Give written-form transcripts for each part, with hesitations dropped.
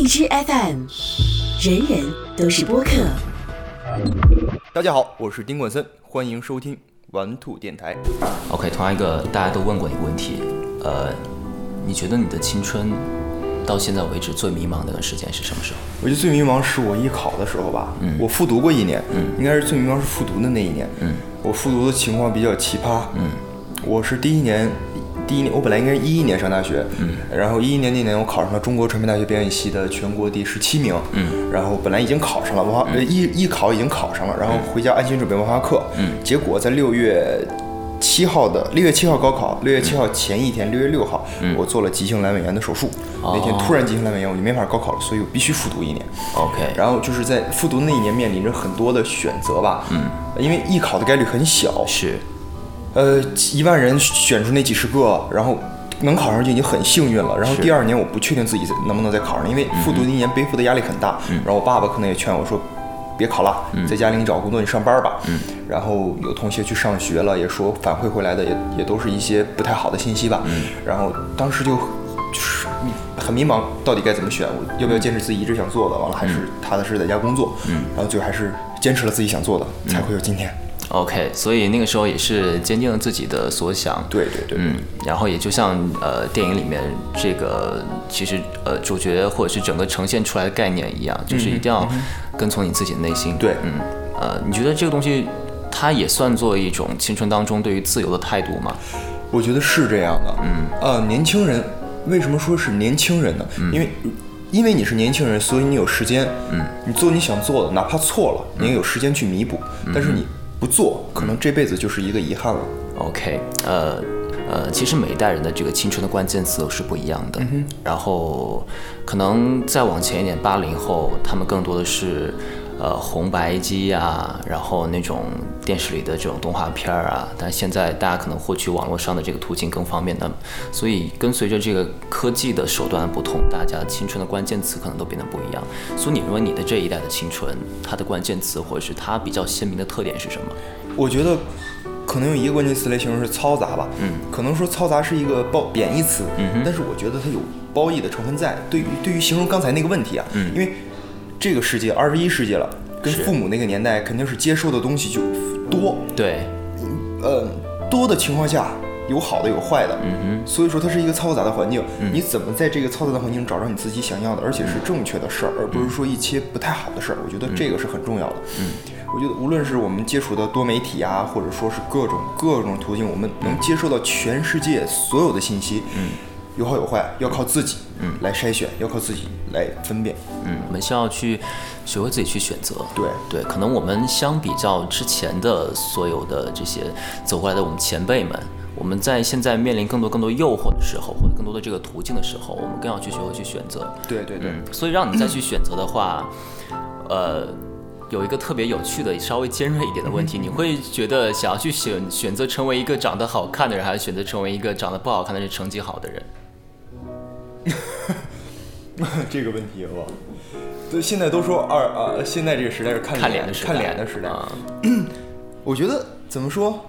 荔枝 FM， 人人都是播客。 大家好，我是丁冠森，欢迎收听玩兔电台。 OK， 同样一个大家都问过一个问题，你觉得你的青春到现在为止最迷茫的时间是什么时候？ 我觉得最迷茫是我艺考的时候吧。我复读过一年，应该是最迷茫是复读的那一年。我复读的情况比较奇葩。我是第一年，我本来应该是11年上大学，然后11年那年我考上了中国传媒大学表演系的全国第17名，然后本来已经考上了艺考已经考上了，然后回家安心准备文化课，结果在6月7号高考，6月7号前一天，6月6号，我做了急性阑尾炎的手术。那天突然急性阑尾炎，我就没法高考了，所以我必须复读一年。 OK， 然后就是在复读那一年面临着很多的选择吧，因为艺考的概率很小， 是 ，1万人选出那几十个，然后能考上就已经很幸运了。然后第2年我不确定自己能不能再考上，因为复读那一年背负的压力很大。然后我爸爸可能也劝我说，别考了，在家里你找工作，你上班吧。然后有同学去上学了，也说反馈回来的也都是一些不太好的信息吧。然后当时就是很迷茫，到底该怎么选？我要不要坚持自己一直想做的，完了还是踏踏实实在家工作？然后最后还是坚持了自己想做的，才会有今天。 OK， 所以那个时候也是坚定了自己的所想。 对， 然后也就像电影里面这个其实主角或者是整个呈现出来的概念一样，就是一定要跟从你自己的内心。 对， 你觉得这个东西它也算作一种青春当中对于自由的态度吗？ 我觉得是这样的。年轻人为什么说是年轻人呢？因为你是年轻人，所以你有时间，你做你想做的，哪怕错了，你也有时间去弥补。但是你不做，可能这辈子就是一个遗憾了。 OK， 其实每一代人的这个青春的关键词都是不一样的。然后可能再往前一点，80后他们更多的是红白机啊，然后那种电视里的这种动画片啊，但是现在大家可能获取网络上的这个途径更方便的，所以跟随着这个科技的手段的不同，大家青春的关键词可能都变得不一样。所以你认为你的这一代的青春，它的关键词或者是它比较鲜明的特点是什么？ 我觉得可能用一个关键词来形容是嘈杂吧。可能说嘈杂是一个贬义词，但是我觉得它有褒义的成分在。对于形容刚才那个问题啊，因为这个世界21世纪了，跟父母那个年代肯定是接收的东西就多。 对， 多的情况下有好的有坏的，所以说它是一个嘈杂的环境。你怎么在这个嘈杂的环境找到你自己想要的，而且是正确的事儿，而不是说一些不太好的事儿？我觉得这个是很重要的。我觉得无论是我们接触的多媒体啊，或者说是各种途径，我们能接受到全世界所有的信息，有好有坏，要靠自己来筛选，要靠自己来分辨。 我们需要去学会自己去选择。对，可能我们相比较之前的所有的这些走过来的我们前辈们，我们在现在面临更多诱惑的时候，或者更多的这个途径的时候，我们更要去学会去选择。 对， 所以让你再去选择的话，有一个特别有趣的、稍微尖锐一点的问题，你会觉得想要去选择成为一个长得好看的人，还是选择成为一个长得不好看但是成绩好的人？ 这个问题吧，对，现在都说现在这个时代是看脸的时代。我觉得怎么说？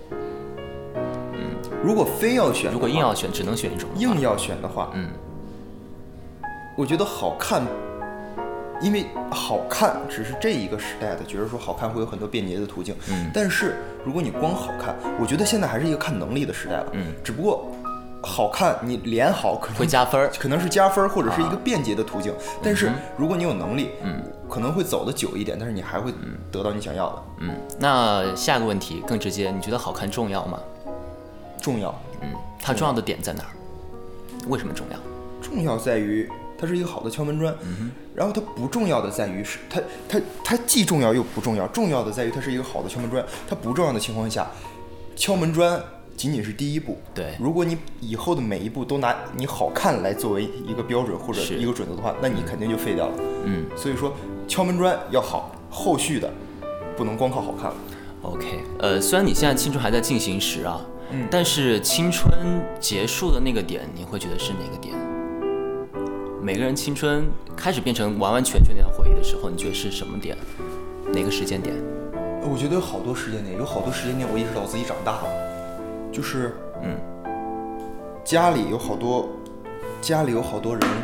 如果非要选， 如果硬要选，只能选一种。 硬要选的话，我觉得好看。因为好看只是这一个时代的，觉得说好看会有很多便捷的途径，但是如果你光好看，我觉得现在还是一个看能力的时代了，只不过好看你脸好可能会加分， 可能是加分或者是一个便捷的途径，但是如果你有能力，可能会走得久一点，但是你还会得到你想要的。 那下个问题更直接，你觉得好看重要吗？ 重要。 它重要的点在哪儿？为什么重要？ 重要在于它是一个好的敲门砖，然后它不重要的在于是它既重要又不重要。重要的在于它是一个好的敲门砖，它不重要的情况下，敲门砖仅仅是第一步。 对， 如果你以后的每一步都拿你好看来作为一个标准或者一个准则的话，那你肯定就废掉了。所以说敲门砖要好，后续的不能光靠好看了。 OK， 虽然你现在青春还在进行时啊，但是青春结束的那个点，你会觉得是哪个点？每个人青春开始变成完完全全那样回忆的时候，你觉得是什么点？哪个时间点？ 我觉得有好多时间点，我意识到自己长大了，就是家里有好多人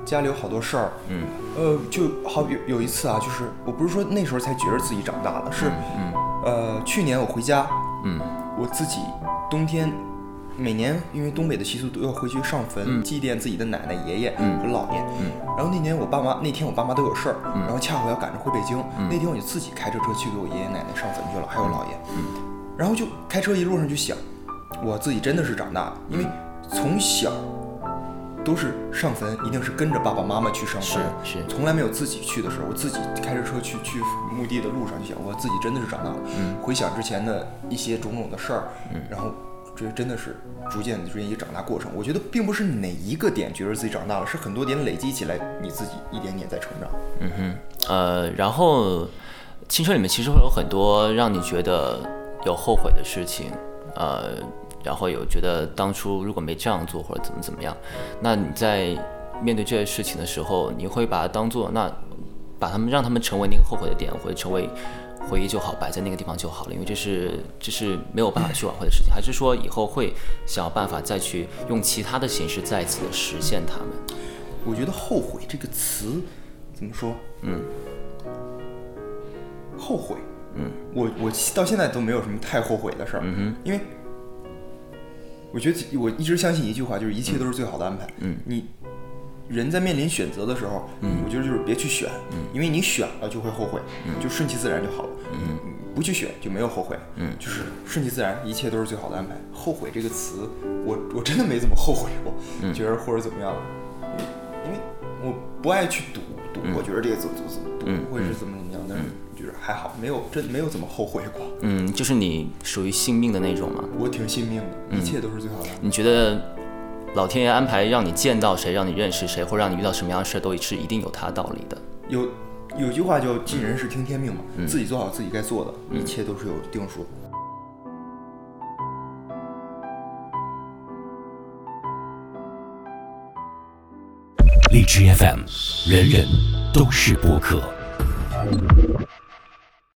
家里有好多事儿，就好比有一次啊，就是我不是说那时候才觉得自己长大了，是，去年我回家，我自己冬天每年因为东北的习俗都要回去上坟，祭奠自己的奶奶、爷爷和姥爷，然后那天我爸妈都有事儿，然后恰好要赶着回北京，那天我就自己开着车去给我爷爷奶奶上坟去了，还有姥爷，然后就开车一路上就想，我自己真的是长大了，因为从小都是上坟，一定是跟着爸爸妈妈去上坟， 是从来没有自己去的时候。我自己开着车去墓地的路上就想，我自己真的是长大了。回想之前的一些种种的事儿，然后这真的是逐渐一个长大过程。我觉得并不是哪一个点觉得自己长大了，是很多点累积起来，你自己一点点在成长。 然后青春里面其实会有很多让你觉得有后悔的事情，然后有觉得当初如果没这样做或者怎么样，那你在面对这些事情的时候，你会把它当做让他们成为那个后悔的点，或者成为回忆就好，摆在那个地方就好了，因为这是没有办法去挽回的事情，还是说以后会想要办法再去用其他的形式再次的实现它们？ 我觉得后悔这个词怎么说？后悔，我到现在都没有什么太后悔的事儿，因为我觉得我一直相信一句话，就是一切都是最好的安排。你人在面临选择的时候，我觉得就是别去选，因为你选了就会后悔，就顺其自然就好了。不去选就没有后悔，就是顺其自然，一切都是最好的安排。后悔这个词，我真的没怎么后悔过，觉得或者怎么样，因为我不爱去赌，我觉得这个怎么赌会是怎么样，但是就是还好，没有怎么后悔过。 就是你属于信命的那种吗？ 我挺信命的，一切都是最好的安排。 你觉得老天爷安排让你见到谁，让你认识谁，或让你遇到什么样的事，都是一定有他的道理的。 有句话叫尽人事听天命嘛，自己做好自己该做的，一切都是有定数。 荔枝 FM， 人人都是播客。